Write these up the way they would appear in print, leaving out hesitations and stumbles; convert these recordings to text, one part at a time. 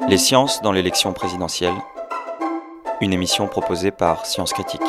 Les sciences dans l'élection présidentielle, une émission proposée par Sciences Critique.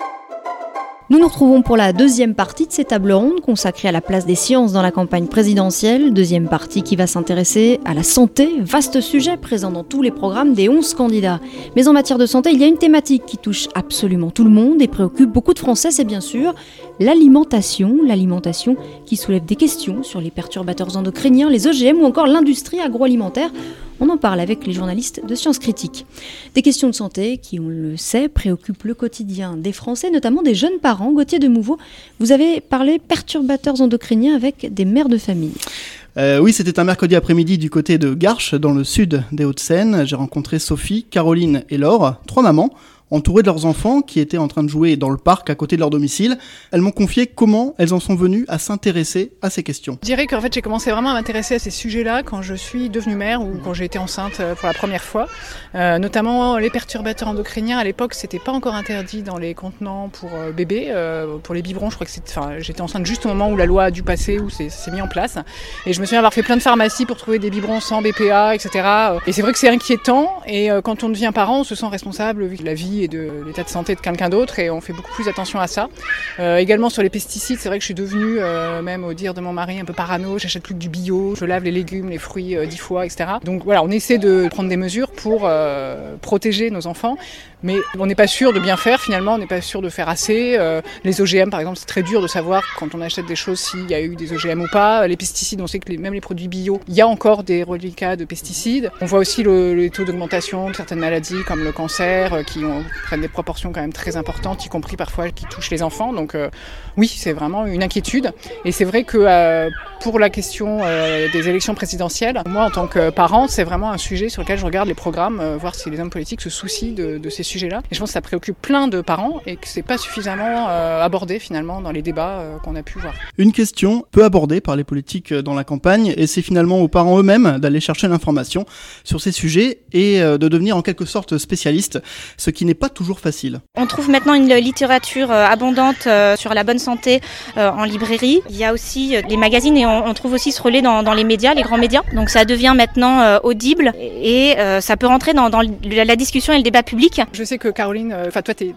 Nous nous retrouvons pour la deuxième partie de ces tables rondes consacrées à la place des sciences dans la campagne présidentielle. Deuxième partie qui va s'intéresser à la santé, vaste sujet présent dans tous les programmes des 11 candidats. Mais en matière de santé, il y a une thématique qui touche absolument tout le monde et préoccupe beaucoup de Français, c'est bien sûr l'alimentation. L'alimentation qui soulève des questions sur les perturbateurs endocriniens, les OGM ou encore l'industrie agroalimentaire. On en parle avec les journalistes de Sciences Critiques. Des questions de santé qui, on le sait, préoccupent le quotidien des Français, notamment des jeunes parents. Gauthier Demouveau, vous avez parlé perturbateurs endocriniens avec des mères de famille. Oui, c'était un mercredi après-midi du côté de Garches, dans le sud des Hauts-de-Seine. J'ai rencontré Sophie, Caroline et Laure, 3 mamans, entourées de leurs enfants qui étaient en train de jouer dans le parc à côté de leur domicile. Elles m'ont confié comment elles en sont venues à s'intéresser à ces questions. Je dirais qu'en fait j'ai commencé vraiment à m'intéresser à ces sujets-là quand je suis devenue mère ou quand j'ai été enceinte pour la première fois. Notamment les perturbateurs endocriniens, à l'époque c'était pas encore interdit dans les contenants pour bébés, pour les biberons. Je crois que j'étais enceinte juste au moment où la loi a dû passer, où c'est mis en place. Et je me souviens avoir fait plein de pharmacies pour trouver des biberons sans BPA, etc. Et c'est vrai que c'est inquiétant et quand on devient parent on se sent responsable vu de la vie et de l'état de santé de quelqu'un d'autre et on fait beaucoup plus attention à ça. Également sur les pesticides, c'est vrai que je suis devenue, même au dire de mon mari, un peu parano, j'achète plus que du bio, je lave les légumes, les fruits 10 fois, etc. Donc voilà, on essaie de prendre des mesures pour protéger nos enfants, mais on n'est pas sûr de bien faire finalement, on n'est pas sûr de faire assez. Les OGM par exemple, c'est très dur de savoir quand on achète des choses s'il y a eu des OGM ou pas. Les pesticides, on sait que même les produits bio, il y a encore des reliquats de pesticides. On voit aussi les taux d'augmentation de certaines maladies comme le cancer qui prennent des proportions quand même très importantes, y compris parfois qui touchent les enfants. Donc oui, c'est vraiment une inquiétude. Et c'est vrai que pour la question des élections présidentielles, moi en tant que parent, c'est vraiment un sujet sur lequel je regarde les programmes, voir si les hommes politiques se soucient de ces sujets-là. Et je pense que ça préoccupe plein de parents et que c'est pas suffisamment abordé finalement dans les débats qu'on a pu voir. Une question peu abordée par les politiques dans la campagne, et c'est finalement aux parents eux-mêmes d'aller chercher l'information sur ces sujets et de devenir en quelque sorte spécialistes, ce qui n'est pas toujours facile. On trouve maintenant une littérature abondante sur la bonne santé en librairie. Il y a aussi les magazines et on trouve aussi ce relais dans les médias, les grands médias. Donc ça devient maintenant audible et ça peut rentrer dans la discussion et le débat public. Je sais que Caroline, toi t'es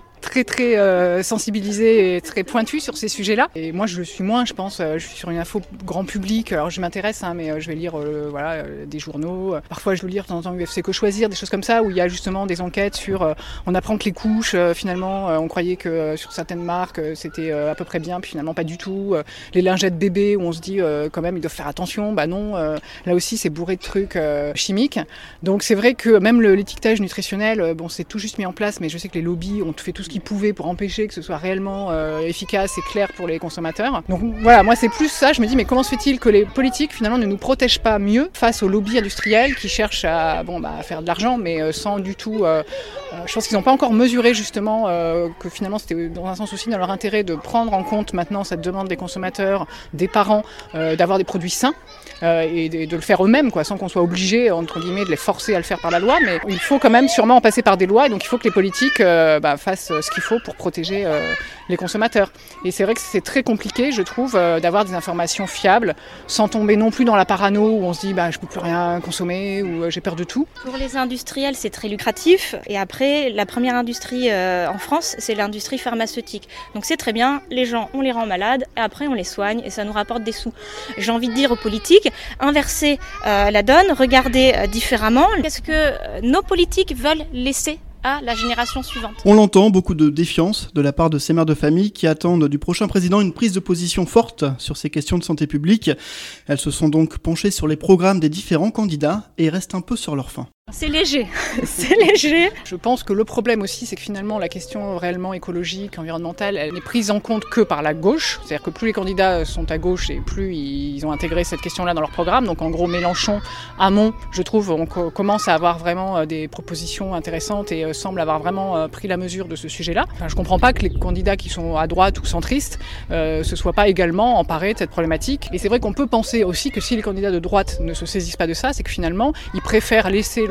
très sensibilisée et très pointue sur ces sujets-là. Et moi, je le suis moins, je pense. Je suis sur une info grand public. Alors, je m'intéresse, mais je vais lire des journaux. Parfois, je veux lire de temps en temps UFC Que Choisir, des choses comme ça, où il y a justement des enquêtes sur... on apprend que les couches, finalement, on croyait que sur certaines marques, c'était à peu près bien, puis finalement pas du tout. Les lingettes bébés, où on se dit quand même, ils doivent faire attention. Bah non, là aussi, c'est bourré de trucs chimiques. Donc, c'est vrai que même l'étiquetage nutritionnel, c'est tout juste mis en place, mais je sais que les lobbies ont fait tout ce qu'ils pouvaient pour empêcher que ce soit réellement efficace et clair pour les consommateurs. Donc voilà, moi c'est plus ça, je me dis mais comment se fait-il que les politiques finalement ne nous protègent pas mieux face aux lobbies industriels qui cherchent à faire de l'argent mais sans du tout... je pense qu'ils n'ont pas encore mesuré justement que finalement c'était dans un sens aussi dans leur intérêt de prendre en compte maintenant cette demande des consommateurs, des parents, d'avoir des produits sains et de le faire eux-mêmes sans qu'on soit obligé entre guillemets de les forcer à le faire par la loi, mais il faut quand même sûrement en passer par des lois et donc il faut que les politiques fassent ce qu'il faut pour protéger les consommateurs. Et c'est vrai que c'est très compliqué, je trouve, d'avoir des informations fiables, sans tomber non plus dans la parano où on se dit je peux plus rien consommer ou j'ai peur de tout. Pour les industriels, c'est très lucratif. Et après, la première industrie en France, c'est l'industrie pharmaceutique. Donc c'est très bien, les gens, on les rend malades, et après on les soigne et ça nous rapporte des sous. J'ai envie de dire aux politiques, inverser la donne, regarder différemment. Qu'est-ce que nos politiques veulent laisser à la génération suivante? On l'entend, beaucoup de défiance de la part de ces mères de famille qui attendent du prochain président une prise de position forte sur ces questions de santé publique. Elles se sont donc penchées sur les programmes des différents candidats et restent un peu sur leur faim. C'est léger, c'est léger. Je pense que le problème aussi, c'est que finalement la question réellement écologique, environnementale, elle n'est prise en compte que par la gauche. C'est-à-dire que plus les candidats sont à gauche et plus ils ont intégré cette question-là dans leur programme. Donc en gros, Mélenchon, Hamon, je trouve, on commence à avoir vraiment des propositions intéressantes et semble avoir vraiment pris la mesure de ce sujet-là. Enfin, je ne comprends pas que les candidats qui sont à droite ou centristes se soient pas également emparés de cette problématique. Et c'est vrai qu'on peut penser aussi que si les candidats de droite ne se saisissent pas de ça, c'est que finalement, ils préfèrent laisser le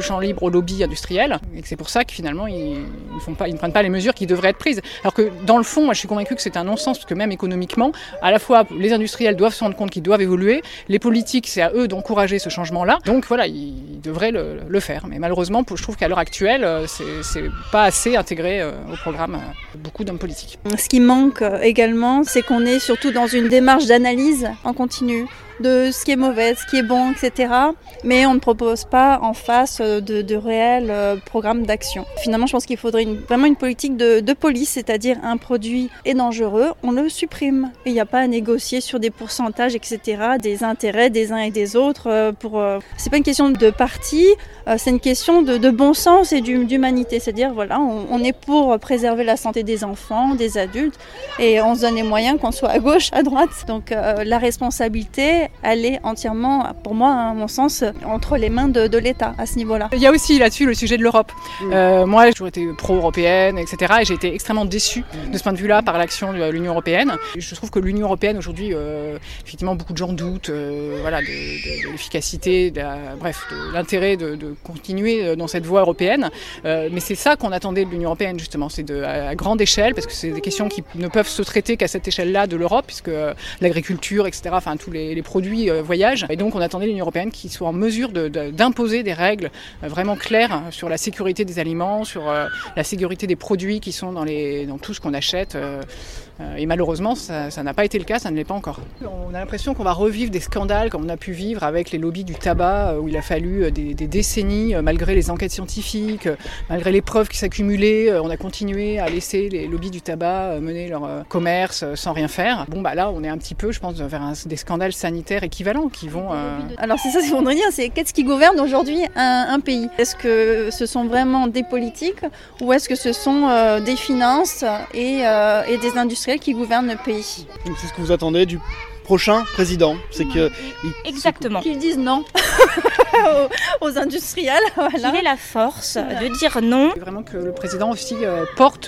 champ libre aux lobbies industriels, et que c'est pour ça que finalement ils ne prennent pas les mesures qui devraient être prises. Alors que dans le fond, moi je suis convaincue que c'est un non-sens, parce que même économiquement, à la fois les industriels doivent se rendre compte qu'ils doivent évoluer, les politiques, c'est à eux d'encourager ce changement-là, donc voilà, ils devraient le faire. Mais malheureusement, je trouve qu'à l'heure actuelle, c'est pas assez intégré au programme beaucoup d'hommes politiques. Ce qui manque également, c'est qu'on est surtout dans une démarche d'analyse en continu de ce qui est mauvais, ce qui est bon, etc. Mais on ne propose pas en face de réels programmes d'action. Finalement, je pense qu'il faudrait vraiment une politique de police, c'est-à-dire un produit est dangereux, on le supprime. Il n'y a pas à négocier sur des pourcentages, etc., des intérêts des uns et des autres. C'est pas une question de parti, c'est une question de bon sens et d'humanité. C'est-à-dire, voilà, on est pour préserver la santé des enfants, des adultes, et on se donne les moyens qu'on soit à gauche, à droite. Donc la responsabilité, elle est entièrement, pour moi, à mon sens, entre les mains de l'État à ce niveau-là. Il y a aussi là-dessus le sujet de l'Europe. Moi, j'ai toujours été pro-européenne, etc. Et j'ai été extrêmement déçue de ce point de vue-là par l'action de l'Union européenne. Je trouve que l'Union européenne, aujourd'hui, effectivement, beaucoup de gens doutent de l'efficacité, de l'intérêt de continuer dans cette voie européenne. Mais c'est ça qu'on attendait de l'Union européenne, justement. C'est à grande échelle, parce que c'est des questions qui ne peuvent se traiter qu'à cette échelle-là de l'Europe, puisque l'agriculture, etc., enfin, tous les produits voyagent. Et donc on attendait l'Union européenne qui soit en mesure d'imposer des règles vraiment claires sur la sécurité des aliments, sur la sécurité des produits qui sont dans tout ce qu'on achète. Et malheureusement, ça n'a pas été le cas, ça ne l'est pas encore. On a l'impression qu'on va revivre des scandales comme on a pu vivre avec les lobbies du tabac, où il a fallu des décennies, malgré les enquêtes scientifiques, malgré les preuves qui s'accumulaient, on a continué à laisser les lobbies du tabac mener leur commerce sans rien faire. Bon, là, on est un petit peu, je pense, vers des scandales sanitaires équivalents qui vont... Alors c'est ça ce qu'il faudrait dire, c'est qu'est-ce qui gouverne aujourd'hui un pays ? Est-ce que ce sont vraiment des politiques ou est-ce que ce sont des finances et des industriels qui gouvernent le pays ? Donc c'est ce que vous attendez du prochain président, c'est que... Exactement. Qu'ils disent non aux industriels. Voilà. Qu'il ait la force de dire non. Vraiment que le président aussi porte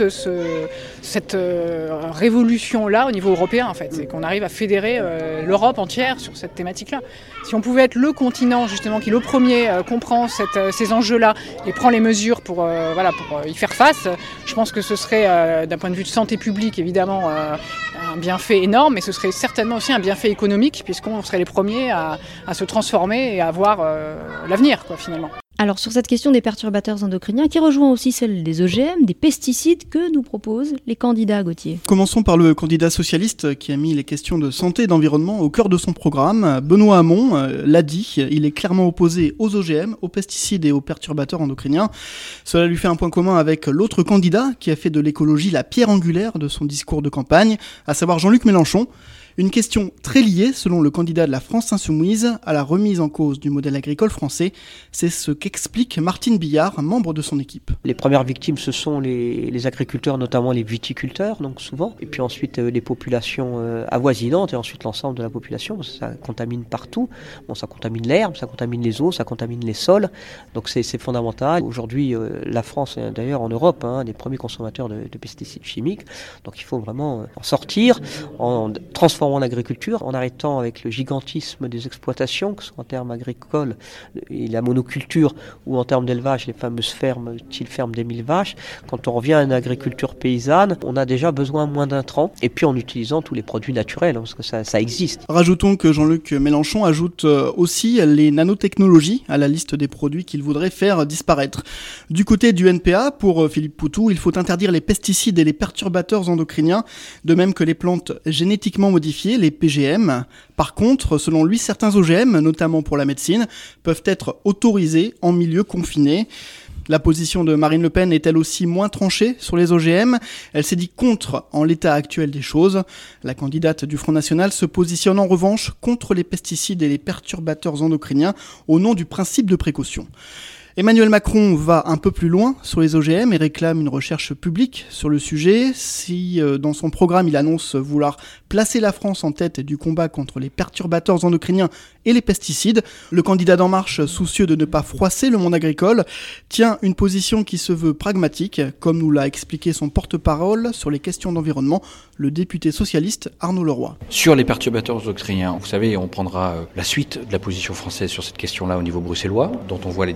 cette révolution-là au niveau européen, en fait. C'est qu'on arrive à fédérer l'Europe entière sur cette thématique-là. Si on pouvait être le continent, justement, qui le premier comprend ces enjeux-là et prend les mesures pour y faire face, je pense que ce serait, d'un point de vue de santé publique, évidemment, un bienfait énorme, mais ce serait certainement aussi un bienfait économique, puisqu'on serait les premiers à se transformer et à voir l'avenir, finalement. Alors sur cette question des perturbateurs endocriniens, qui rejoint aussi celle des OGM, des pesticides, que nous proposent les candidats, Gauthier ? Commençons par le candidat socialiste qui a mis les questions de santé et d'environnement au cœur de son programme. Benoît Hamon l'a dit, il est clairement opposé aux OGM, aux pesticides et aux perturbateurs endocriniens. Cela lui fait un point commun avec l'autre candidat qui a fait de l'écologie la pierre angulaire de son discours de campagne, à savoir Jean-Luc Mélenchon. Une question très liée, selon le candidat de la France Insoumise, à la remise en cause du modèle agricole français. C'est ce qu'explique Martine Billard, membre de son équipe. Les premières victimes, ce sont les agriculteurs, notamment les viticulteurs, donc souvent. Et puis ensuite, les populations avoisinantes et ensuite l'ensemble de la population. Parce que ça contamine partout. Bon, ça contamine l'herbe, ça contamine les eaux, ça contamine les sols. Donc c'est fondamental. Aujourd'hui, la France est d'ailleurs en Europe un des premiers consommateurs de pesticides chimiques. Donc il faut vraiment en sortir, en transformant l'agriculture, en arrêtant avec le gigantisme des exploitations, que ce soit en termes agricoles et la monoculture, ou en termes d'élevage, les fameuses fermes, style ferme des 1000 vaches. Quand on revient à une agriculture paysanne, on a déjà besoin moins d'intrants, et puis en utilisant tous les produits naturels, parce que ça existe. Rajoutons que Jean-Luc Mélenchon ajoute aussi les nanotechnologies à la liste des produits qu'il voudrait faire disparaître. Du côté du NPA, pour Philippe Poutou, il faut interdire les pesticides et les perturbateurs endocriniens, de même que les plantes génétiquement modifiées, les PGM. Par contre, selon lui, certains OGM, notamment pour la médecine, peuvent être autorisés en milieu confiné. La position de Marine Le Pen est elle aussi moins tranchée sur les OGM. Elle s'est dit contre en l'état actuel des choses. La candidate du Front National se positionne en revanche contre les pesticides et les perturbateurs endocriniens au nom du principe de précaution. Emmanuel Macron va un peu plus loin sur les OGM et réclame une recherche publique sur le sujet. Si dans son programme il annonce vouloir placer la France en tête du combat contre les perturbateurs endocriniens et les pesticides, le candidat d'En Marche, soucieux de ne pas froisser le monde agricole, tient une position qui se veut pragmatique, comme nous l'a expliqué son porte-parole sur les questions d'environnement, le député socialiste Arnaud Leroy. Sur les perturbateurs endocriniens, vous savez, on prendra la suite de la position française sur cette question-là au niveau bruxellois, dont on voit les difficultés.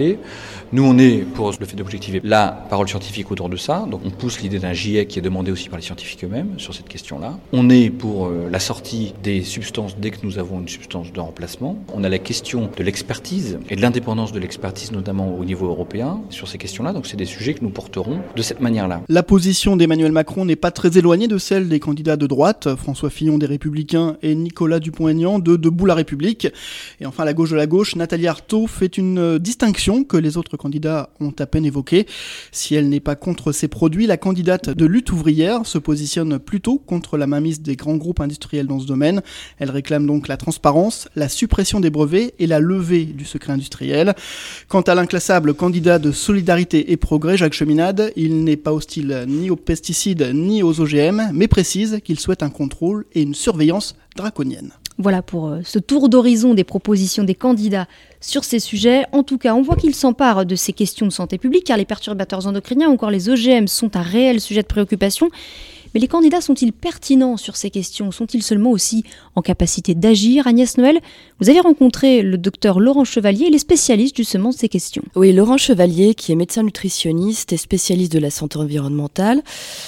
objectiver. Nous, on est pour le fait d'objectiver la parole scientifique autour de ça. Donc on pousse l'idée d'un GIEC qui est demandé aussi par les scientifiques eux-mêmes sur cette question-là. On est pour la sortie des substances dès que nous avons une substance de remplacement. On a la question de l'expertise et de l'indépendance de l'expertise, notamment au niveau européen, sur ces questions-là. Donc c'est des sujets que nous porterons de cette manière-là. La position d'Emmanuel Macron n'est pas très éloignée de celle des candidats de droite, François Fillon des Républicains et Nicolas Dupont-Aignan de Debout la République. Et enfin, à la gauche de la gauche, Nathalie Arthaud fait une distinction que les autres candidats ont à peine évoquée. Si elle n'est pas contre ces produits, la candidate de Lutte ouvrière se positionne plutôt contre la mainmise des grands groupes industriels dans ce domaine. Elle réclame donc la transparence, la suppression des brevets et la levée du secret industriel. Quant à l'inclassable candidat de Solidarité et Progrès, Jacques Cheminade, il n'est pas hostile ni aux pesticides ni aux OGM, mais précise qu'il souhaite un contrôle et une surveillance draconienne. Voilà pour ce tour d'horizon des propositions des candidats sur ces sujets. En tout cas, on voit qu'ils s'emparent de ces questions de santé publique, car les perturbateurs endocriniens ou encore les OGM sont un réel sujet de préoccupation. Mais les candidats sont-ils pertinents sur ces questions ? Sont-ils seulement aussi en capacité d'agir ? Agnès Noël, vous avez rencontré le docteur Laurent Chevalier, il est spécialiste justement de ces questions. Oui, Laurent Chevalier, qui est médecin nutritionniste et spécialiste de la santé environnementale.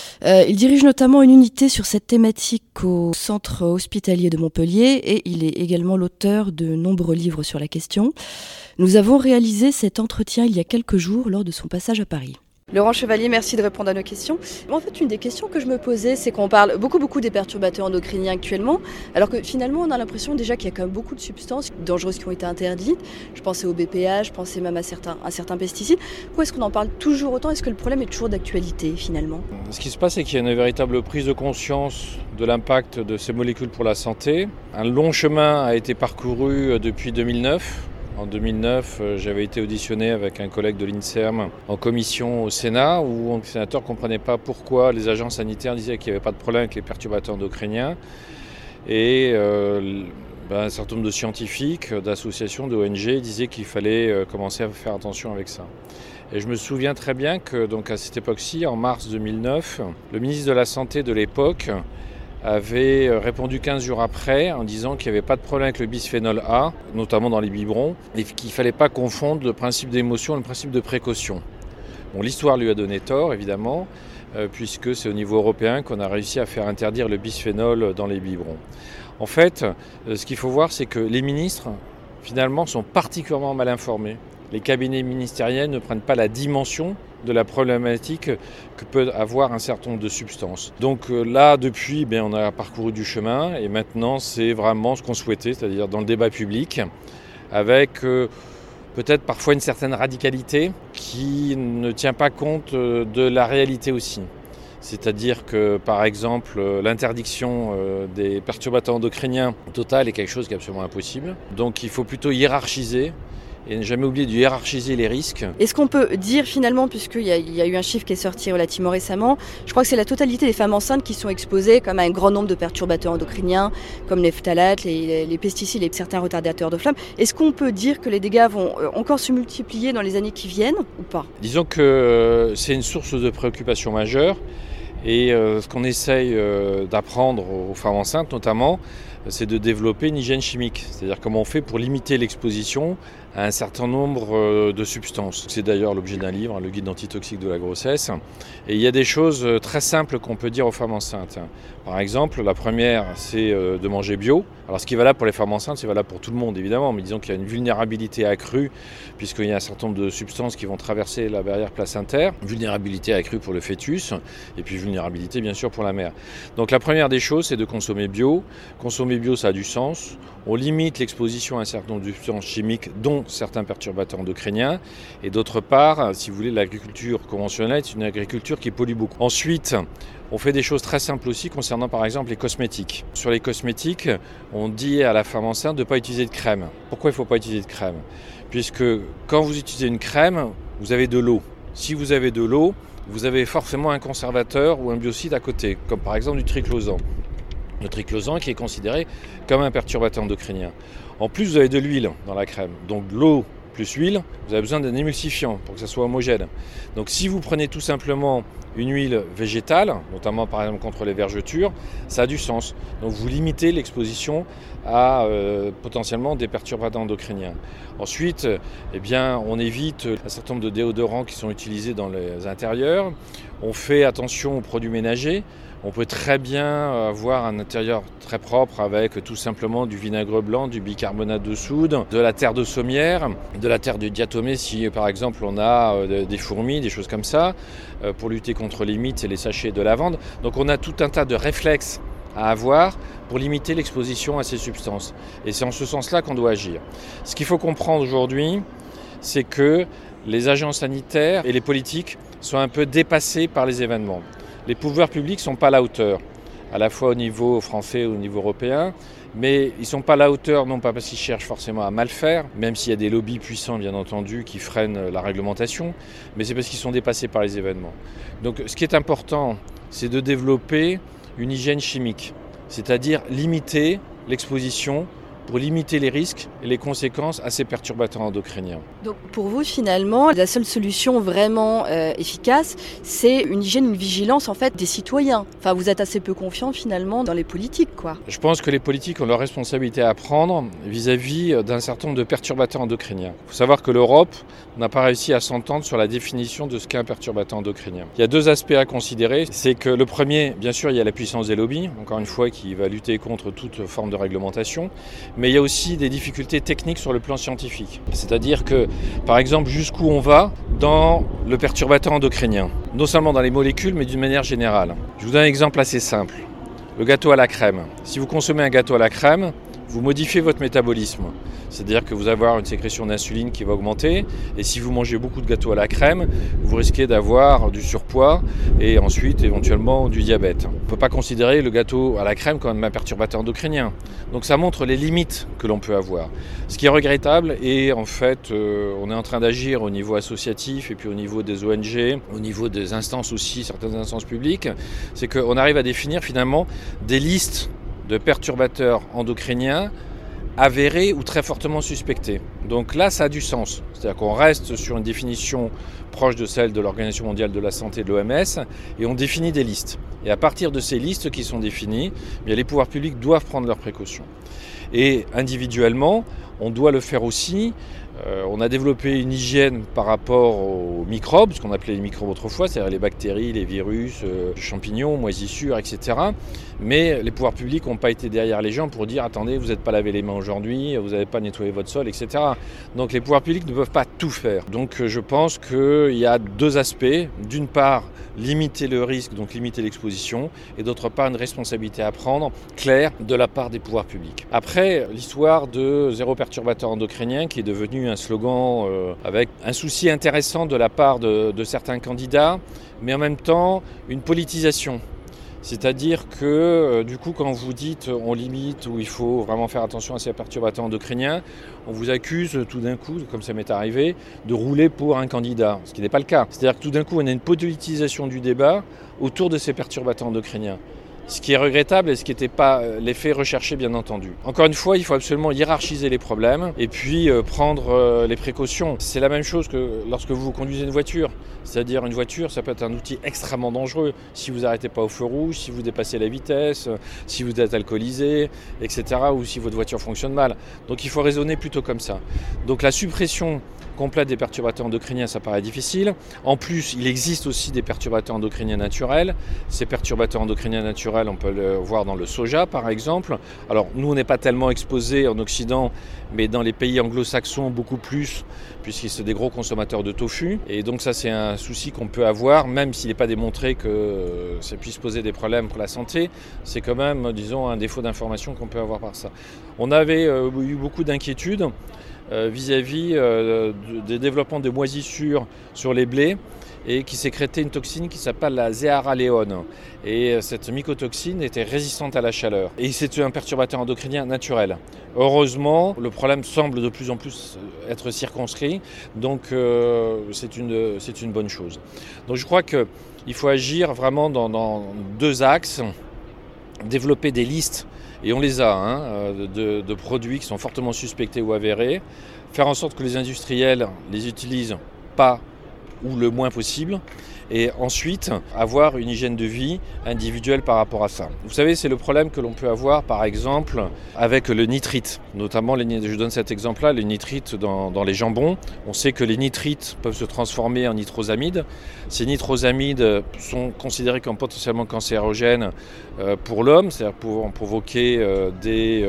Il dirige notamment une unité sur cette thématique au centre hospitalier de Montpellier et il est également l'auteur de nombreux livres sur la question. Nous avons réalisé cet entretien il y a quelques jours lors de son passage à Paris. Laurent Chevalier, merci de répondre à nos questions. En fait, une des questions que je me posais, c'est qu'on parle beaucoup des perturbateurs endocriniens actuellement, alors que finalement, on a l'impression déjà qu'il y a quand même beaucoup de substances dangereuses qui ont été interdites. Je pensais au BPA, je pensais même à certains pesticides. Pourquoi est-ce qu'on en parle toujours autant ? Est-ce que le problème est toujours d'actualité finalement ? Ce qui se passe, c'est qu'il y a une véritable prise de conscience de l'impact de ces molécules pour la santé. Un long chemin a été parcouru depuis 2009. En 2009, j'avais été auditionné avec un collègue de l'INSERM en commission au Sénat où le sénateur ne comprenait pas pourquoi les agents sanitaires disaient qu'il n'y avait pas de problème avec les perturbateurs endocriniens. Et un certain nombre de scientifiques, d'associations, d'ONG disaient qu'il fallait commencer à faire attention avec ça. Et je me souviens très bien que donc, à cette époque-ci, en mars 2009, le ministre de la Santé de l'époque avait répondu 15 jours après en disant qu'il n'y avait pas de problème avec le bisphénol A, notamment dans les biberons, et qu'il ne fallait pas confondre le principe d'émotion et le principe de précaution. Bon, l'histoire lui a donné tort, évidemment, puisque c'est au niveau européen qu'on a réussi à faire interdire le bisphénol dans les biberons. En fait, ce qu'il faut voir, c'est que les ministres, finalement, sont particulièrement mal informés. Les cabinets ministériels ne prennent pas la dimension de la problématique que peut avoir un certain nombre de substances. Donc là, depuis, on a parcouru du chemin et maintenant, c'est vraiment ce qu'on souhaitait, c'est-à-dire dans le débat public, avec peut-être parfois une certaine radicalité qui ne tient pas compte de la réalité aussi. C'est-à-dire que, par exemple, l'interdiction des perturbateurs endocriniens total est quelque chose qui est absolument impossible. Donc il faut plutôt hiérarchiser et ne jamais oublier de hiérarchiser les risques. Est-ce qu'on peut dire finalement, puisqu'il y a eu un chiffre qui est sorti relativement récemment, je crois que c'est la totalité des femmes enceintes qui sont exposées comme à un grand nombre de perturbateurs endocriniens, comme les phtalates, les pesticides et certains retardateurs de flamme. Est-ce qu'on peut dire que les dégâts vont encore se multiplier dans les années qui viennent ou pas ? Disons que c'est une source de préoccupation majeure et ce qu'on essaye d'apprendre aux femmes enceintes notamment, c'est de développer une hygiène chimique, c'est-à-dire comment on fait pour limiter l'exposition à un certain nombre de substances. C'est d'ailleurs l'objet d'un livre, le guide antitoxique de la grossesse. Et il y a des choses très simples qu'on peut dire aux femmes enceintes. Par exemple, la première, c'est de manger bio. Alors ce qui est valable pour les femmes enceintes, c'est valable pour tout le monde évidemment, mais disons qu'il y a une vulnérabilité accrue, puisqu'il y a un certain nombre de substances qui vont traverser la barrière placentaire. Vulnérabilité accrue pour le fœtus, et puis vulnérabilité bien sûr pour la mère. Donc la première des choses, c'est de consommer bio. Consommer bio, ça a du sens. On limite l'exposition à un certain nombre de substances chimiques, dont certains perturbateurs endocriniens. Et d'autre part, si vous voulez, l'agriculture conventionnelle, c'est une agriculture qui pollue beaucoup. Ensuite, on fait des choses très simples aussi concernant par exemple les cosmétiques. Sur les cosmétiques, on dit à la femme enceinte de ne pas utiliser de crème. Pourquoi il ne faut pas utiliser de crème ? Puisque quand vous utilisez une crème, vous avez de l'eau. Si vous avez de l'eau, vous avez forcément un conservateur ou un biocide à côté, comme par exemple du triclosan. Le triclosan qui est considéré comme un perturbateur endocrinien. En plus, vous avez de l'huile dans la crème. Donc l'eau plus huile, vous avez besoin d'un émulsifiant pour que ça soit homogène. Donc si vous prenez tout simplement une huile végétale, notamment par exemple contre les vergetures, ça a du sens. Donc vous limitez l'exposition à potentiellement des perturbateurs endocriniens. Ensuite, on évite un certain nombre de déodorants qui sont utilisés dans les intérieurs. On fait attention aux produits ménagers. On peut très bien avoir un intérieur très propre avec tout simplement du vinaigre blanc, du bicarbonate de soude, de la terre de sommière, de la terre de diatomée si par exemple on a des fourmis, des choses comme ça, pour lutter contre les mites et les sachets de lavande. Donc on a tout un tas de réflexes à avoir pour limiter l'exposition à ces substances. Et c'est en ce sens-là qu'on doit agir. Ce qu'il faut comprendre aujourd'hui, c'est que les agents sanitaires et les politiques sont un peu dépassés par les événements. Les pouvoirs publics ne sont pas à la hauteur, à la fois au niveau français et au niveau européen, mais ils ne sont pas à la hauteur, non pas parce qu'ils cherchent forcément à mal faire, même s'il y a des lobbies puissants, bien entendu, qui freinent la réglementation, mais c'est parce qu'ils sont dépassés par les événements. Donc ce qui est important, c'est de développer une hygiène chimique, c'est-à-dire limiter l'exposition pour limiter les risques et les conséquences à ces perturbateurs endocriniens. Donc pour vous, finalement, la seule solution vraiment efficace, c'est une hygiène, une vigilance en fait des citoyens. Enfin, vous êtes assez peu confiant finalement dans les politiques, quoi. Je pense que les politiques ont leur responsabilité à prendre vis-à-vis d'un certain nombre de perturbateurs endocriniens. Il faut savoir que l'Europe n'a pas réussi à s'entendre sur la définition de ce qu'est un perturbateur endocrinien. Il y a deux aspects à considérer. C'est que le premier, bien sûr, il y a la puissance des lobbies, encore une fois, qui va lutter contre toute forme de réglementation. Mais il y a aussi des difficultés techniques sur le plan scientifique. C'est-à-dire que, par exemple, jusqu'où on va dans le perturbateur endocrinien. Non seulement dans les molécules, mais d'une manière générale. Je vous donne un exemple assez simple. Le gâteau à la crème. Si vous consommez un gâteau à la crème, vous modifiez votre métabolisme. C'est-à-dire que vous allez avoir une sécrétion d'insuline qui va augmenter. Et si vous mangez beaucoup de gâteaux à la crème, vous risquez d'avoir du surpoids et ensuite éventuellement du diabète. On ne peut pas considérer le gâteau à la crème comme un perturbateur endocrinien. Donc ça montre les limites que l'on peut avoir. Ce qui est regrettable, et en fait on est en train d'agir au niveau associatif et puis au niveau des ONG, au niveau des instances aussi, certaines instances publiques, c'est qu'on arrive à définir finalement des listes de perturbateurs endocriniens avérés ou très fortement suspectés. Donc là, ça a du sens. C'est-à-dire qu'on reste sur une définition proche de celle de l'Organisation mondiale de la santé, de l'OMS, et on définit des listes. Et à partir de ces listes qui sont définies, bien, les pouvoirs publics doivent prendre leurs précautions. Et individuellement, on doit le faire aussi. On a développé une hygiène par rapport aux microbes, ce qu'on appelait les microbes autrefois, c'est-à-dire les bactéries, les virus, les champignons, moisissures, etc. Mais les pouvoirs publics n'ont pas été derrière les gens pour dire « Attendez, vous n'êtes pas lavé les mains aujourd'hui, vous n'avez pas nettoyé votre sol, etc. » Donc les pouvoirs publics ne peuvent pas tout faire. Donc je pense qu'il y a deux aspects. D'une part, limiter le risque, donc limiter l'exposition, et d'autre part, une responsabilité à prendre, claire, de la part des pouvoirs publics. Après, l'histoire de zéro perturbateur endocrinien, qui est devenu un slogan avec un souci intéressant de la part de certains candidats, mais en même temps, une politisation. C'est-à-dire que du coup, quand vous dites on limite ou il faut vraiment faire attention à ces perturbateurs endocriniens, on vous accuse tout d'un coup, comme ça m'est arrivé, de rouler pour un candidat, ce qui n'est pas le cas. C'est-à-dire que tout d'un coup, on a une politisation du débat autour de ces perturbateurs endocriniens. Ce qui est regrettable et ce qui n'était pas l'effet recherché, bien entendu. Encore une fois, il faut absolument hiérarchiser les problèmes et puis prendre les précautions. C'est la même chose que lorsque vous conduisez une voiture. C'est-à-dire une voiture, ça peut être un outil extrêmement dangereux. Si vous n'arrêtez pas au feu rouge, si vous dépassez la vitesse, si vous êtes alcoolisé, etc. ou si votre voiture fonctionne mal. Donc il faut raisonner plutôt comme ça. Donc la suppression complète des perturbateurs endocriniens, ça paraît difficile. En plus, il existe aussi des perturbateurs endocriniens naturels. Ces perturbateurs endocriniens naturels, on peut le voir dans le soja, par exemple. Alors, nous, on n'est pas tellement exposés en Occident, mais dans les pays anglo-saxons, beaucoup plus, puisqu'ils sont des gros consommateurs de tofu. Et donc, ça, c'est un souci qu'on peut avoir, même s'il n'est pas démontré que ça puisse poser des problèmes pour la santé. C'est quand même, disons, un défaut d'information qu'on peut avoir par ça. On avait eu beaucoup d'inquiétudes vis-à-vis des développements de moisissures sur les blés et qui sécrétait une toxine qui s'appelle la zéaraléone. Et cette mycotoxine était résistante à la chaleur. Et c'est un perturbateur endocrinien naturel. Heureusement, le problème semble de plus en plus être circonscrit, donc c'est une bonne chose. Donc je crois qu'il faut agir vraiment dans deux axes, développer des listes et on les a, de produits qui sont fortement suspectés ou avérés, faire en sorte que les industriels les utilisent pas ou le moins possible, et ensuite avoir une hygiène de vie individuelle par rapport à ça. Vous savez, c'est le problème que l'on peut avoir par exemple avec le nitrite, notamment, je donne cet exemple-là, les nitrites dans les jambons. On sait que les nitrites peuvent se transformer en nitrosamides. Ces nitrosamides sont considérés comme potentiellement cancérogènes pour l'homme, c'est-à-dire pouvant provoquer des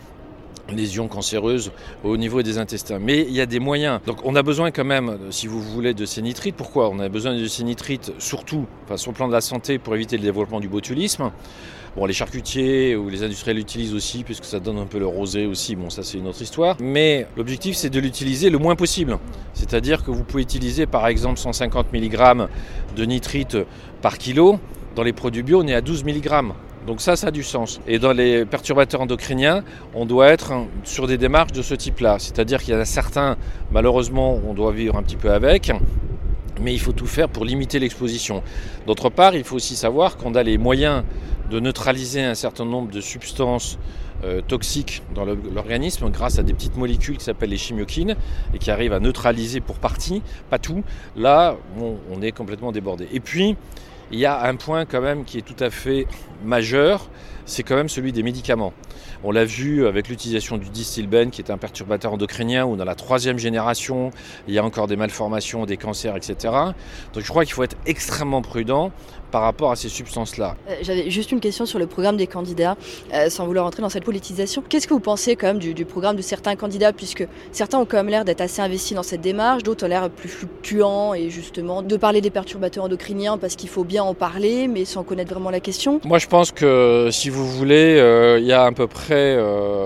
lésions cancéreuses au niveau des intestins. Mais il y a des moyens. Donc on a besoin quand même, si vous voulez, de ces nitrites. Pourquoi ? On a besoin de ces nitrites surtout sur le plan de la santé pour éviter le développement du botulisme. Bon, les charcutiers ou les industriels l'utilisent aussi puisque ça donne un peu le rosé aussi. Bon, ça c'est une autre histoire. Mais l'objectif c'est de l'utiliser le moins possible. C'est-à-dire que vous pouvez utiliser par exemple 150 mg de nitrite par kilo. Dans les produits bio, on est à 12 mg. Donc ça a du sens. Et dans les perturbateurs endocriniens, on doit être sur des démarches de ce type-là. C'est-à-dire qu'il y en a certains, malheureusement, on doit vivre un petit peu avec, mais il faut tout faire pour limiter l'exposition. D'autre part, il faut aussi savoir qu'on a les moyens de neutraliser un certain nombre de substances toxiques dans l'organisme grâce à des petites molécules qui s'appellent les chimiokines et qui arrivent à neutraliser pour partie, pas tout. Là, on est complètement débordé. Et puis, il y a un point quand même qui est tout à fait majeur, c'est quand même celui des médicaments. On l'a vu avec l'utilisation du Distilbène qui est un perturbateur endocrinien où dans la 3e génération, il y a encore des malformations, des cancers, etc. Donc je crois qu'il faut être extrêmement prudent par rapport à ces substances-là. J'avais juste une question sur le programme des candidats, sans vouloir entrer dans cette politisation. Qu'est-ce que vous pensez quand même du programme de certains candidats, puisque certains ont quand même l'air d'être assez investis dans cette démarche, d'autres ont l'air plus fluctuants et justement de parler des perturbateurs endocriniens parce qu'il faut bien en parler, mais sans connaître vraiment la question. Moi je pense que si vous voulez, il y a à peu près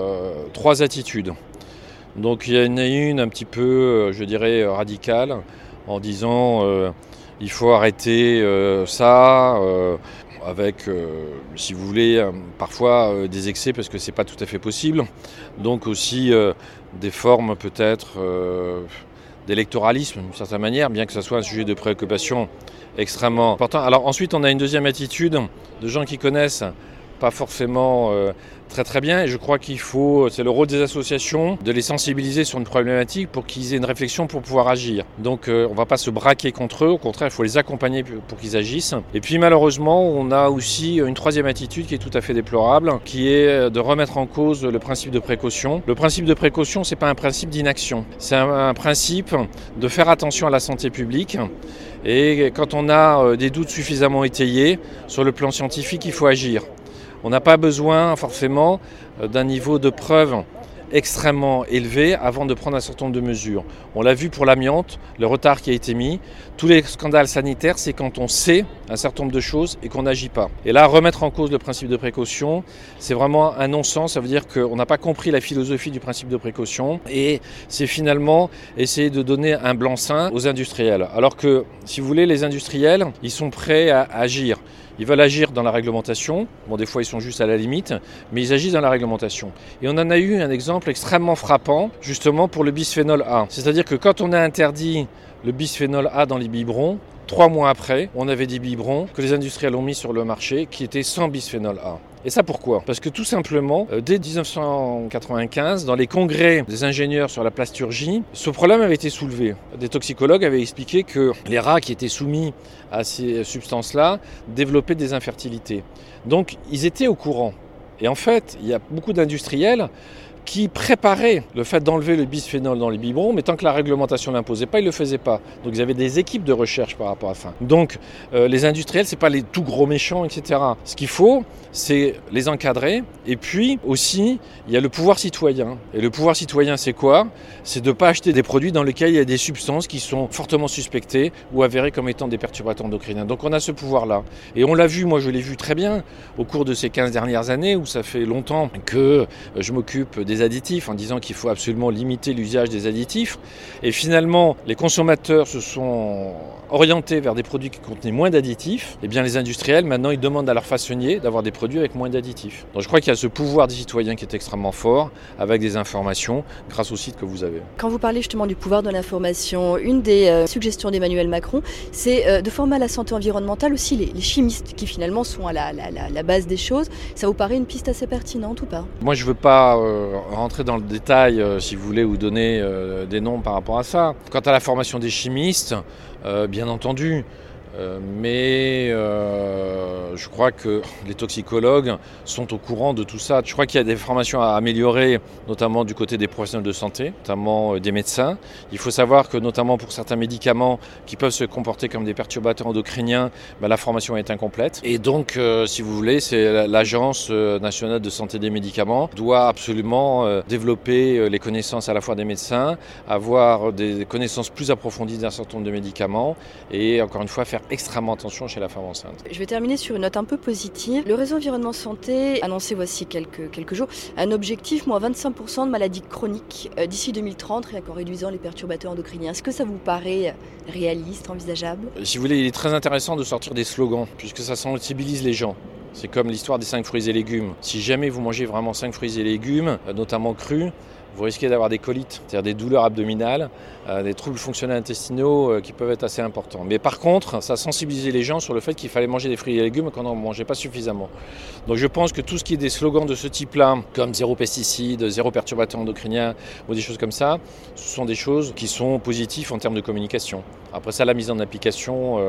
3 attitudes. Donc il y en a une un petit peu, je dirais, radicale, en disant il faut arrêter ça, avec, si vous voulez, parfois des excès parce que c'est pas tout à fait possible. Donc aussi des formes peut-être d'électoralisme d'une certaine manière, bien que ce soit un sujet de préoccupation extrêmement important. Alors ensuite on a une deuxième attitude de gens qui connaissent pas forcément très bien, et je crois qu'il faut, c'est le rôle des associations, de les sensibiliser sur une problématique pour qu'ils aient une réflexion pour pouvoir agir. Donc on ne va pas se braquer contre eux, au contraire il faut les accompagner pour qu'ils agissent. Et puis malheureusement on a aussi une 3e attitude qui est tout à fait déplorable, qui est de remettre en cause le principe de précaution. Le principe de précaution, c'est pas un principe d'inaction, c'est un principe de faire attention à la santé publique. Et quand on a des doutes suffisamment étayés sur le plan scientifique, il faut agir. On n'a pas besoin forcément d'un niveau de preuve extrêmement élevé avant de prendre un certain nombre de mesures. On l'a vu pour l'amiante, le retard qui a été mis. Tous les scandales sanitaires, c'est quand on sait un certain nombre de choses et qu'on n'agit pas. Et là, remettre en cause le principe de précaution, c'est vraiment un non-sens. Ça veut dire qu'on n'a pas compris la philosophie du principe de précaution et c'est finalement essayer de donner un blanc-seing aux industriels. Alors que, si vous voulez, les industriels, ils sont prêts à agir. Ils veulent agir dans la réglementation. Bon, des fois, ils sont juste à la limite, mais ils agissent dans la réglementation. Et on en a eu un exemple extrêmement frappant, justement pour le bisphénol A. C'est-à-dire que quand on a interdit le bisphénol A dans les biberons, 3 mois après, on avait des biberons que les industriels ont mis sur le marché qui étaient sans bisphénol A. Et ça pourquoi ? Parce que tout simplement, dès 1995, dans les congrès des ingénieurs sur la plasturgie, ce problème avait été soulevé. Des toxicologues avaient expliqué que les rats qui étaient soumis à ces substances-là développaient des infertilités. Donc ils étaient au courant. Et en fait, il y a beaucoup d'industriels qui préparaient le fait d'enlever le bisphénol dans les biberons, mais tant que la réglementation ne l'imposait pas, ils ne le faisaient pas. Donc ils avaient des équipes de recherche par rapport à ça. Donc les industriels, ce n'est pas les tout gros méchants, etc. Ce qu'il faut, c'est les encadrer. Et puis aussi, il y a le pouvoir citoyen. Et le pouvoir citoyen, c'est quoi ? C'est de ne pas acheter des produits dans lesquels il y a des substances qui sont fortement suspectées ou avérées comme étant des perturbateurs endocriniens. Donc on a ce pouvoir-là. Et on l'a vu, moi je l'ai vu très bien, au cours de ces 15 dernières années, où ça fait longtemps que je m'occupe des additifs en disant qu'il faut absolument limiter l'usage des additifs. Et finalement, les consommateurs se sont orientés vers des produits qui contenaient moins d'additifs. Et bien les industriels, maintenant, ils demandent à leurs façonniers d'avoir des produits avec moins d'additifs. Donc je crois qu'il y a ce pouvoir des citoyens qui est extrêmement fort, avec des informations, grâce au site que vous avez. Quand vous parlez justement du pouvoir de l'information, une des suggestions d'Emmanuel Macron, c'est de former à la santé environnementale aussi les chimistes qui finalement sont à la base des choses. Ça vous paraît une piste assez pertinente ou pas ? Moi je ne veux pas rentrer dans le détail, si vous voulez, ou donner des noms par rapport à ça. Quant à la formation des chimistes, bien entendu, mais je crois que les toxicologues sont au courant de tout ça. Je crois qu'il y a des formations à améliorer, notamment du côté des professionnels de santé, notamment des médecins. Il faut savoir que notamment pour certains médicaments qui peuvent se comporter comme des perturbateurs endocriniens, la formation est incomplète. Et donc, si vous voulez, c'est l'Agence nationale de santé des médicaments doit absolument développer les connaissances à la fois des médecins, avoir des connaissances plus approfondies d'un certain nombre de médicaments et encore une fois faire extrêmement attention chez la femme enceinte. Je vais terminer sur une note un peu positive. Le réseau Environnement Santé a annoncé voici quelques jours un objectif, moins 25% de maladies chroniques d'ici 2030, rien qu'en réduisant les perturbateurs endocriniens. Est-ce que ça vous paraît réaliste, envisageable ? Si vous voulez, il est très intéressant de sortir des slogans, puisque ça sensibilise les gens. C'est comme l'histoire des 5 fruits et légumes. Si jamais vous mangez vraiment 5 fruits et légumes, notamment crus, vous risquez d'avoir des colites, c'est-à-dire des douleurs abdominales, des troubles fonctionnels intestinaux qui peuvent être assez importants. Mais par contre, ça sensibilisait les gens sur le fait qu'il fallait manger des fruits et légumes quand on n'en mangeait pas suffisamment. Donc je pense que tout ce qui est des slogans de ce type-là, comme zéro pesticide, zéro perturbateur endocrinien ou des choses comme ça, ce sont des choses qui sont positives en termes de communication. Après ça, la mise en application,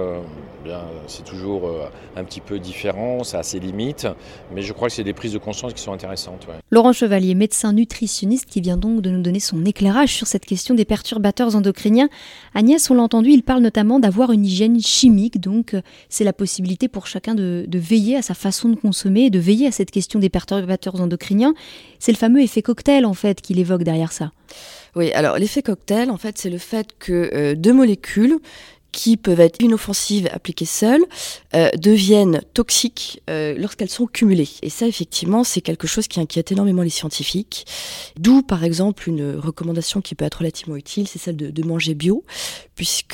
c'est toujours un petit peu différent, ça a ses limites, mais je crois que c'est des prises de conscience qui sont intéressantes. Ouais. Laurent Chevalier, médecin nutritionniste qui vient donc de nous donner son éclairage sur cette question des perturbateurs endocriniens. Agnès, on l'a entendu, il parle notamment d'avoir une hygiène chimique, donc c'est la possibilité pour chacun de veiller à sa façon de consommer et de veiller à cette question des perturbateurs endocriniens. C'est le fameux effet cocktail en fait qu'il évoque derrière ça. Oui, alors l'effet cocktail, en fait, c'est le fait que deux molécules qui peuvent être inoffensives appliquées seules, deviennent toxiques lorsqu'elles sont cumulées. Et ça, effectivement, c'est quelque chose qui inquiète énormément les scientifiques. D'où, par exemple, une recommandation qui peut être relativement utile, c'est celle de manger bio, puisque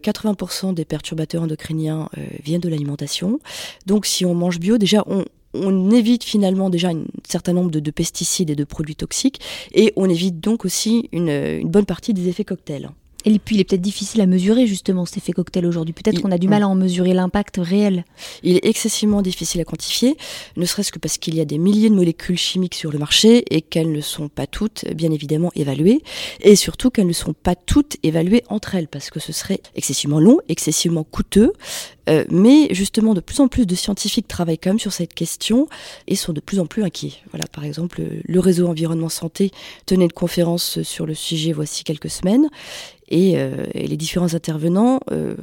80% des perturbateurs endocriniens viennent de l'alimentation. Donc, si on mange bio, déjà, on évite finalement déjà un certain nombre de pesticides et de produits toxiques, et on évite donc aussi une bonne partie des effets cocktails. Et puis il est peut-être difficile à mesurer justement cet effet cocktail aujourd'hui. Peut-être qu'on a du mal à en mesurer l'impact réel. Il est excessivement difficile à quantifier, ne serait-ce que parce qu'il y a des milliers de molécules chimiques sur le marché et qu'elles ne sont pas toutes bien évidemment évaluées. Et surtout qu'elles ne sont pas toutes évaluées entre elles parce que ce serait excessivement long, excessivement coûteux. Mais justement, de plus en plus de scientifiques travaillent quand même sur cette question et sont de plus en plus inquiets. Voilà, par exemple, le réseau Environnement Santé tenait une conférence sur le sujet voici quelques semaines. Et les différents intervenants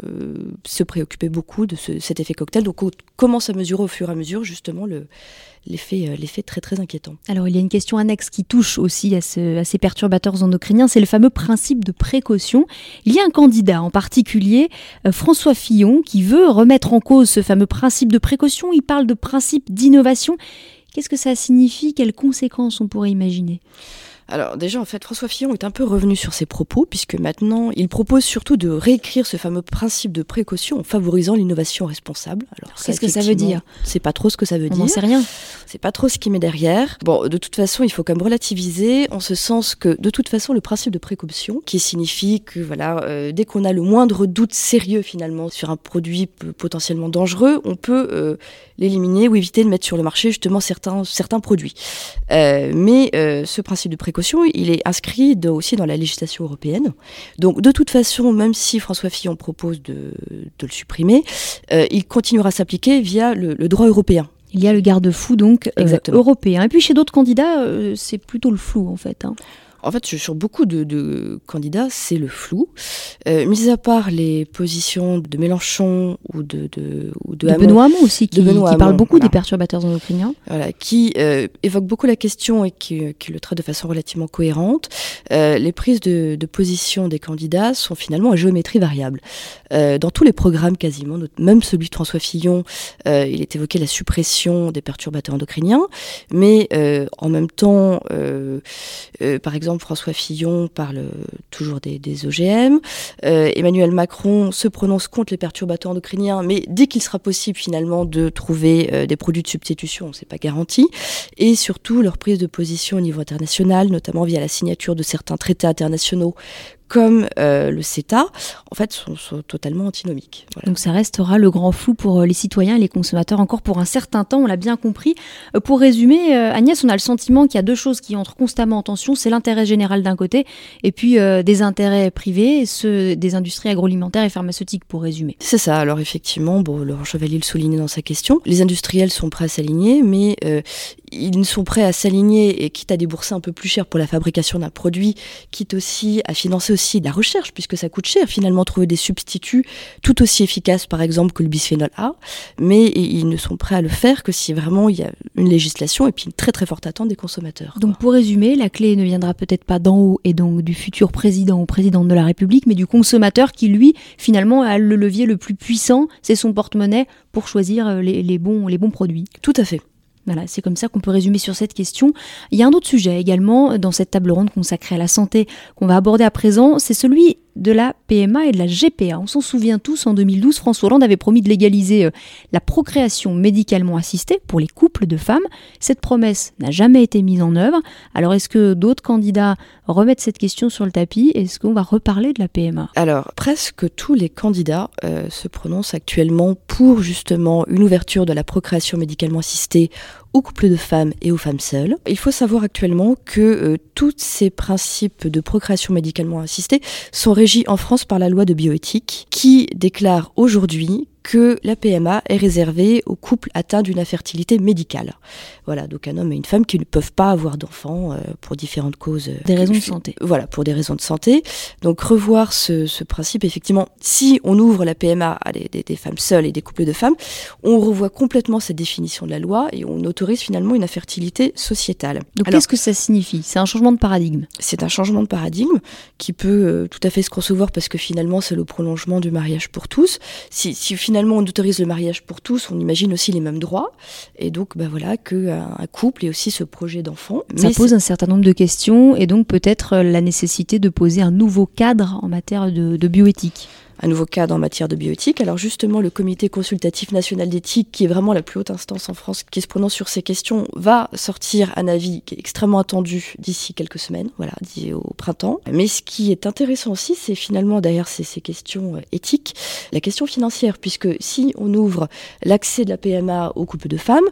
se préoccupaient beaucoup de cet effet cocktail. Donc on commence à mesurer au fur et à mesure justement l'effet très très inquiétant. Alors il y a une question annexe qui touche aussi à ces perturbateurs endocriniens, c'est le fameux principe de précaution. Il y a un candidat en particulier, François Fillon, qui veut remettre en cause ce fameux principe de précaution. Il parle de principe d'innovation. Qu'est-ce que ça signifie ? Quelles conséquences on pourrait imaginer ? Alors déjà, en fait, François Fillon est un peu revenu sur ses propos, puisque maintenant, il propose surtout de réécrire ce fameux principe de précaution en favorisant l'innovation responsable. Alors, qu'est-ce que ça veut dire ? C'est pas trop ce que ça veut dire. On n'en sait rien. C'est pas trop ce qui met derrière. Bon, de toute façon, il faut quand même relativiser, en ce sens que, de toute façon, le principe de précaution, qui signifie que, voilà, dès qu'on a le moindre doute sérieux, finalement, sur un produit potentiellement dangereux, on peut l'éliminer ou éviter de mettre sur le marché, justement, certains produits. Mais ce principe de précaution, il est inscrit aussi dans la législation européenne. Donc, de toute façon, même si François Fillon propose de le supprimer, il continuera à s'appliquer via le droit européen. Il y a le garde-fou donc européen. Et puis chez d'autres candidats, c'est plutôt le flou en fait. En fait, sur beaucoup de candidats, c'est le flou. Mis à part les positions de Mélenchon ou de Benoît Hamon aussi, qui parle beaucoup des perturbateurs endocriniens. Voilà, qui évoque beaucoup la question et qui le traite de façon relativement cohérente. Les prises de position des candidats sont finalement à géométrie variable. Dans tous les programmes quasiment, même celui de François Fillon, il est évoqué la suppression des perturbateurs endocriniens, mais en même temps, par exemple, François Fillon parle toujours des OGM. Emmanuel Macron se prononce contre les perturbateurs endocriniens, mais dès qu'il sera possible finalement de trouver des produits de substitution, c'est pas garanti. Et surtout, leur prise de position au niveau international, notamment via la signature de certains traités internationaux, comme le CETA, en fait, sont totalement antinomiques. Voilà. Donc ça restera le grand flou pour les citoyens et les consommateurs encore pour un certain temps, on l'a bien compris. Pour résumer, Agnès, on a le sentiment qu'il y a deux choses qui entrent constamment en tension, c'est l'intérêt général d'un côté et puis des intérêts privés, ceux des industries agroalimentaires et pharmaceutiques, pour résumer. C'est ça, alors effectivement, Laurent Chevalier le soulignait dans sa question, les industriels sont prêts à s'aligner, mais ils sont prêts à s'aligner et quitte à débourser un peu plus cher pour la fabrication d'un produit, quitte aussi à financer aussi de la recherche, puisque ça coûte cher finalement trouver des substituts tout aussi efficaces par exemple que le bisphénol A, mais ils ne sont prêts à le faire que si vraiment il y a une législation et puis une très très forte attente des consommateurs. Donc pour résumer, la clé ne viendra peut-être pas d'en haut et donc du futur président ou présidente de la République, mais du consommateur qui lui finalement a le levier le plus puissant, c'est son porte-monnaie pour choisir les bons produits. Tout à fait. Voilà, c'est comme ça qu'on peut résumer sur cette question. Il y a un autre sujet également dans cette table ronde consacrée à la santé qu'on va aborder à présent, c'est celui de la PMA et de la GPA. On s'en souvient tous, en 2012, François Hollande avait promis de légaliser la procréation médicalement assistée pour les couples de femmes. Cette promesse n'a jamais été mise en œuvre. Alors est-ce que d'autres candidats remettent cette question sur le tapis? Est-ce qu'on va reparler de la PMA? Alors, presque tous les candidats se prononcent actuellement pour justement une ouverture de la procréation médicalement assistée aux couples de femmes et aux femmes seules. Il faut savoir actuellement que tous ces principes de procréation médicalement assistée sont régis en France par la loi de bioéthique qui déclare aujourd'hui que la PMA est réservée aux couples atteints d'une infertilité médicale. Voilà, donc un homme et une femme qui ne peuvent pas avoir d'enfants pour différentes causes. Des raisons de santé. Voilà, pour des raisons de santé. Donc revoir ce principe, effectivement, si on ouvre la PMA à des femmes seules et des couples de femmes, on revoit complètement cette définition de la loi et on autorise finalement une infertilité sociétale. Donc qu'est-ce que ça signifie? C'est un changement de paradigme? C'est un changement de paradigme qui peut tout à fait se concevoir parce que finalement c'est le prolongement du mariage pour tous. Si finalement on autorise le mariage pour tous, on imagine aussi les mêmes droits. Et donc, voilà, qu'un couple ait aussi ce projet d'enfant. Ça pose un certain nombre de questions et donc peut-être la nécessité de poser un nouveau cadre en matière de bioéthique. Un nouveau cadre en matière de bioéthique. Alors justement, le Comité consultatif national d'éthique, qui est vraiment la plus haute instance en France qui se prononce sur ces questions, va sortir un avis qui est extrêmement attendu d'ici quelques semaines, voilà, d'ici au printemps. Mais ce qui est intéressant aussi, c'est finalement derrière ces questions éthiques, la question financière, puisque si on ouvre l'accès de la PMA aux couples de femmes,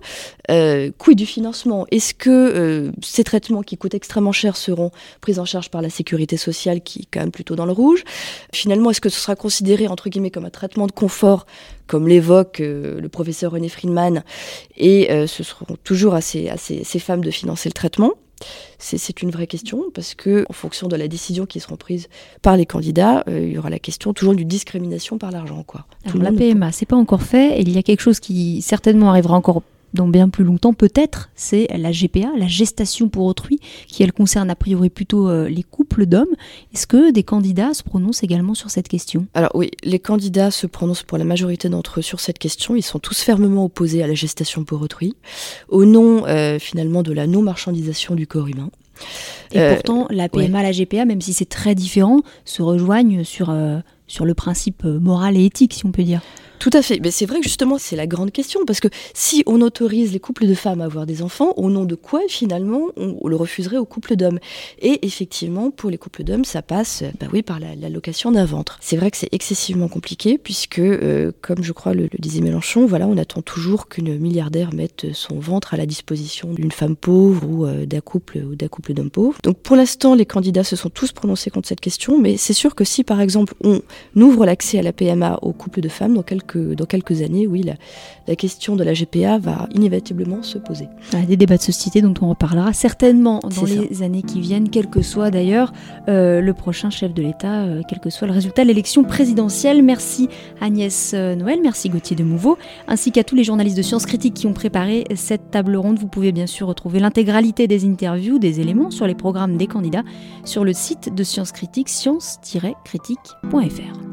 quid du financement? Est-ce que ces traitements qui coûtent extrêmement cher seront pris en charge par la sécurité sociale, qui est quand même plutôt dans le rouge? Finalement, est-ce que ce sera considéré entre guillemets comme un traitement de confort, comme l'évoque le professeur René Friedman, et ce seront toujours à ces femmes de financer le traitement? C'est une vraie question, parce que en fonction de la décision qui seront prises par les candidats, il y aura la question toujours d'une discrimination par l'argent, quoi. Alors la PMA, c'est pas encore fait, et il y a quelque chose qui certainement arrivera encore dans bien plus longtemps, peut-être, c'est la GPA, la gestation pour autrui, qui elle concerne a priori plutôt les couples d'hommes. Est-ce que des candidats se prononcent également sur cette question? Alors oui, les candidats se prononcent pour la majorité d'entre eux sur cette question. Ils sont tous fermement opposés à la gestation pour autrui, au nom finalement de la non-marchandisation du corps humain. Et pourtant, la PMA, la GPA, même si c'est très différent, se rejoignent sur le principe moral et éthique, si on peut dire. Tout à fait, mais c'est vrai que justement c'est la grande question, parce que si on autorise les couples de femmes à avoir des enfants, au nom de quoi finalement on le refuserait aux couples d'hommes? Et effectivement pour les couples d'hommes ça passe par l'allocation d'un ventre. C'est vrai que c'est excessivement compliqué puisque comme je crois le disait Mélenchon, voilà, on attend toujours qu'une milliardaire mette son ventre à la disposition d'une femme pauvre ou d'un couple d'hommes pauvres. Donc pour l'instant les candidats se sont tous prononcés contre cette question, mais c'est sûr que si par exemple on ouvre l'accès à la PMA aux couples de femmes, dans quelques quelques années, oui, la question de la GPA va inévitablement se poser. Des débats de société dont on reparlera certainement dans les années qui viennent, quel que soit d'ailleurs le prochain chef de l'État, quel que soit le résultat de l'élection présidentielle. Merci Agnès Noël, merci Gauthier Demouveau, ainsi qu'à tous les journalistes de Sciences Critiques qui ont préparé cette table ronde. Vous pouvez bien sûr retrouver l'intégralité des interviews, des éléments sur les programmes des candidats sur le site de Sciences Critiques, science-critique.fr.